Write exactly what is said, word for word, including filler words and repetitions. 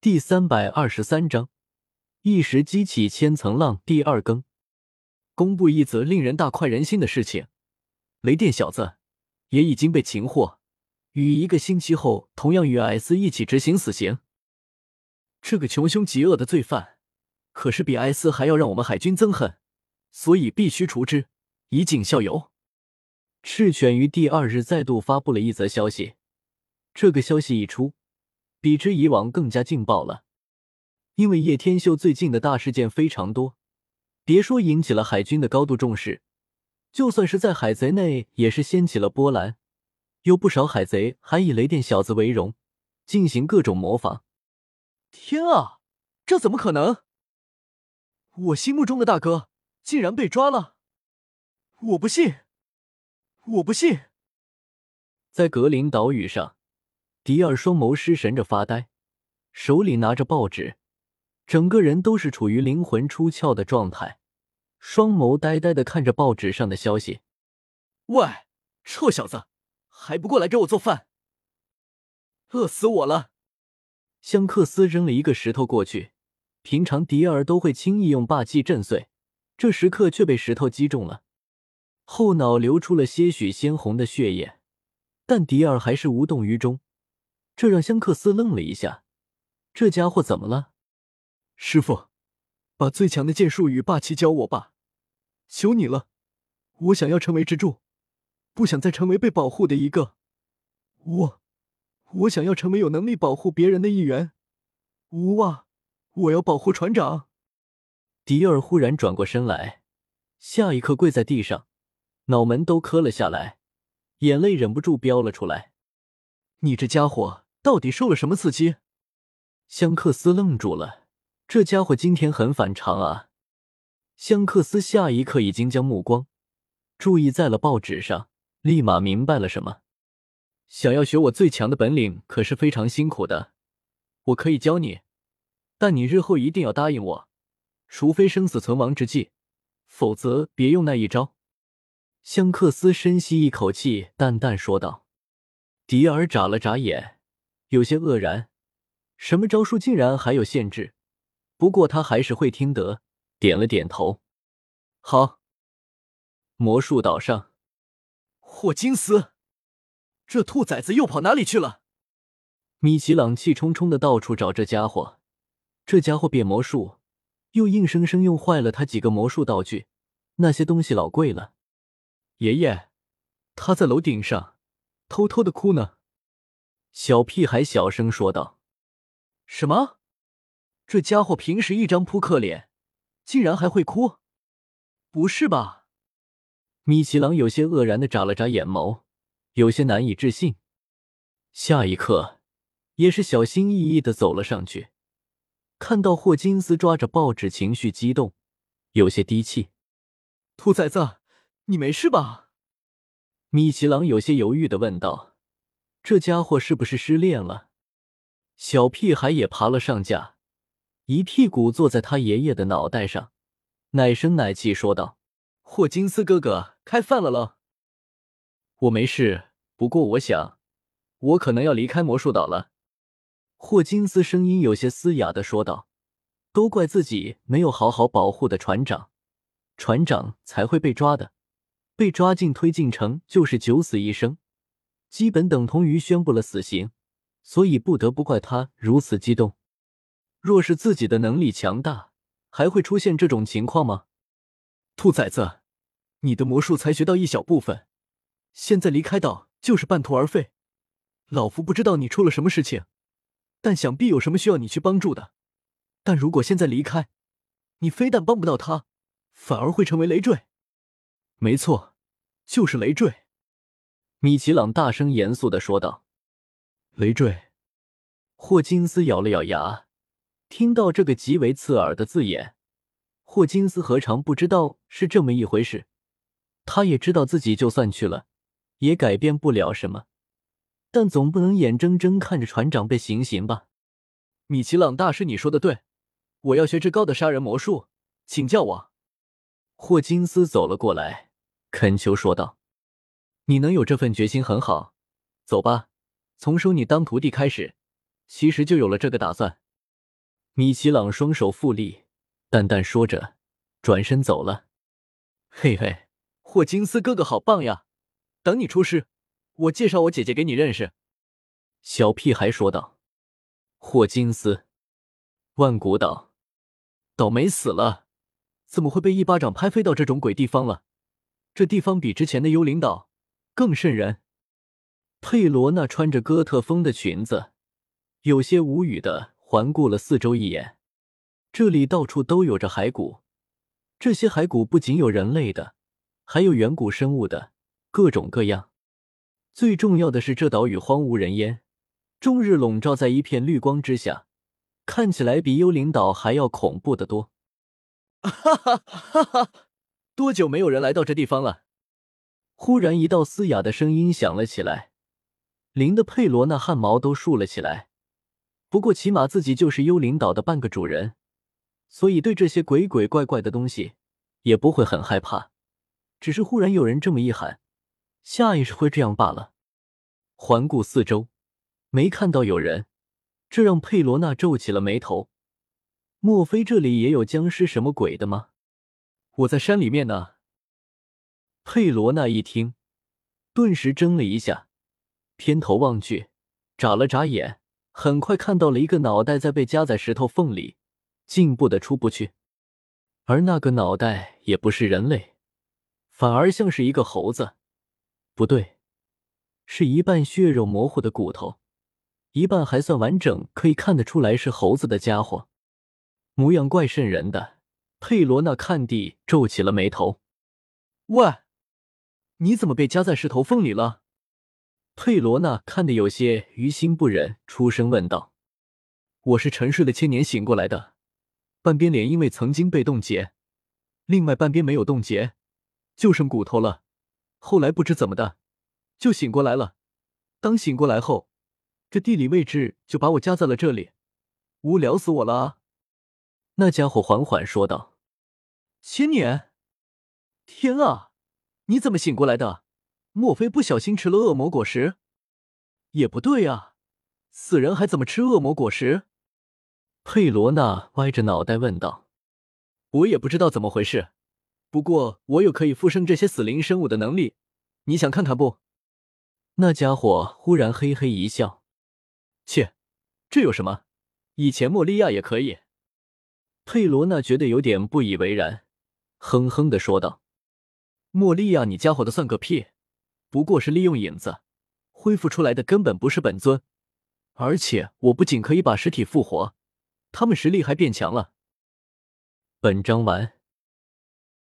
第三百二十三章，一时激起千层浪。第二更，公布一则令人大快人心的事情：雷电小子也已经被擒获，于一个星期后同样与 S 一起执行死刑。这个穷凶极恶的罪犯，可是比 S 还要让我们海军憎恨，所以必须除之，以儆效尤。赤犬于第二日再度发布了一则消息，这个消息一出，比之以往更加劲爆了。因为叶天秀最近的大事件非常多，别说引起了海军的高度重视，就算是在海贼内也是掀起了波澜，有不少海贼还以雷电小子为荣，进行各种模仿。天啊，这怎么可能？我心目中的大哥竟然被抓了！我不信！我不信！在格林岛屿上，迪尔双眸失神着发呆，手里拿着报纸，整个人都是处于灵魂出窍的状态，双眸呆呆地看着报纸上的消息。喂，臭小子，还不过来给我做饭！饿死我了！香克斯扔了一个石头过去，平常迪尔都会轻易用霸气震碎，这时刻却被石头击中了，后脑流出了些许鲜红的血液，但迪尔还是无动于衷，这让香克斯愣了一下，这家伙怎么了？师傅，把最强的剑术与霸气教我吧，求你了，我想要成为支柱，不想再成为被保护的一个。我我想要成为有能力保护别人的一员。无啊，我要保护船长。迪尔忽然转过身来，下一刻跪在地上，脑门都磕了下来，眼泪忍不住飙了出来。你这家伙到底受了什么刺激？香克斯愣住了，这家伙今天很反常啊。香克斯下一刻已经将目光注意在了报纸上，立马明白了什么。想要学我最强的本领可是非常辛苦的，我可以教你，但你日后一定要答应我，除非生死存亡之际，否则别用那一招。香克斯深吸一口气，淡淡说道。迪尔眨了眨眼，有些愕然，什么招数竟然还有限制，不过他还是会听得，点了点头。好。魔术岛上，霍金斯，这兔崽子又跑哪里去了？米奇朗气冲冲的到处找这家伙，这家伙变魔术，又硬生生用坏了他几个魔术道具，那些东西老贵了。爷爷，他在楼顶上偷偷的哭呢。小屁孩小声说道。什么？这家伙平时一张扑克脸，竟然还会哭？不是吧？米奇朗有些愕然地眨了眨眼眸，有些难以置信。下一刻，也是小心翼翼地走了上去，看到霍金斯抓着报纸，情绪激动，有些低气。兔崽子，你没事吧？米奇朗有些犹豫地问道，这家伙是不是失恋了？小屁孩也爬了上架，一屁股坐在他爷爷的脑袋上，奶声奶气说道，霍金斯哥哥，开饭了咯。我没事，不过我想，我可能要离开魔术岛了。霍金斯声音有些嘶哑地说道，都怪自己没有好好保护的船长，船长才会被抓的，被抓进推进城就是九死一生，基本等同于宣布了死刑，所以不得不怪他如此激动。若是自己的能力强大，还会出现这种情况吗？兔崽子，你的魔术才学到一小部分，现在离开岛就是半途而废。老夫不知道你出了什么事情，但想必有什么需要你去帮助的。但如果现在离开，你非但帮不到他，反而会成为累赘。没错，就是累赘。米奇朗大声严肃地说道。累赘。霍金斯咬了咬牙，听到这个极为刺耳的字眼，霍金斯何尝不知道是这么一回事，他也知道自己就算去了，也改变不了什么，但总不能眼睁睁看着船长被行刑吧。米奇朗大师，你说的对，我要学至高的杀人魔术，请教我。霍金斯走了过来，恳求说道。你能有这份决心很好，走吧，从收你当徒弟开始，其实就有了这个打算。 米奇朗双手负立，淡淡说着，转身走了。嘿嘿，霍金斯哥哥好棒呀！等你出师，我介绍我姐姐给你认识。小屁孩说道。霍金斯，万古道，倒霉死了，怎么会被一巴掌拍飞到这种鬼地方了？这地方比之前的幽灵岛更瘆人。佩罗娜穿着哥特风的裙子，有些无语的环顾了四周一眼。这里到处都有着骸骨，这些骸骨不仅有人类的，还有远古生物的，各种各样。最重要的是，这岛屿荒无人烟，终日笼罩在一片绿光之下，看起来比幽灵岛还要恐怖得多。哈哈哈哈！多久没有人来到这地方了？忽然一道嘶哑的声音响了起来，林的佩罗那汗毛都竖了起来。不过起码自己就是幽灵岛的半个主人，所以对这些鬼鬼怪怪的东西也不会很害怕，只是忽然有人这么一喊，下意识会这样罢了。环顾四周，没看到有人，这让佩罗娜皱起了眉头。莫非这里也有僵尸什么鬼的吗？我在山里面呢。佩罗娜一听，顿时怔了一下，偏头望去，眨了眨眼，很快看到了一个脑袋在被夹在石头缝里，进步的出不去。而那个脑袋也不是人类，反而像是一个猴子。不对，是一半血肉模糊的骨头，一半还算完整，可以看得出来是猴子的家伙，模样怪瘆人的。佩罗娜看地皱起了眉头。喂，你怎么被夹在石头缝里了？佩罗娜看得有些于心不忍，出声问道。我是沉睡了千年醒过来的，半边脸因为曾经被冻结，另外半边没有冻结，就剩骨头了。后来不知怎么的，就醒过来了。当醒过来后，这地理位置就把我夹在了这里，无聊死我了啊！那家伙缓缓说道。千年？天啊，你怎么醒过来的？莫非不小心吃了恶魔果实？也不对啊，死人还怎么吃恶魔果实？佩罗娜歪着脑袋问道。我也不知道怎么回事，不过我有可以复生这些死灵生物的能力，你想看看不？那家伙忽然嘿嘿一笑。切，这有什么？以前莫利亚也可以。佩罗娜觉得有点不以为然，哼哼地说道。莫利亚你家伙的算个屁，不过是利用影子恢复出来的，根本不是本尊。而且我不仅可以把尸体复活，他们实力还变强了。本章完。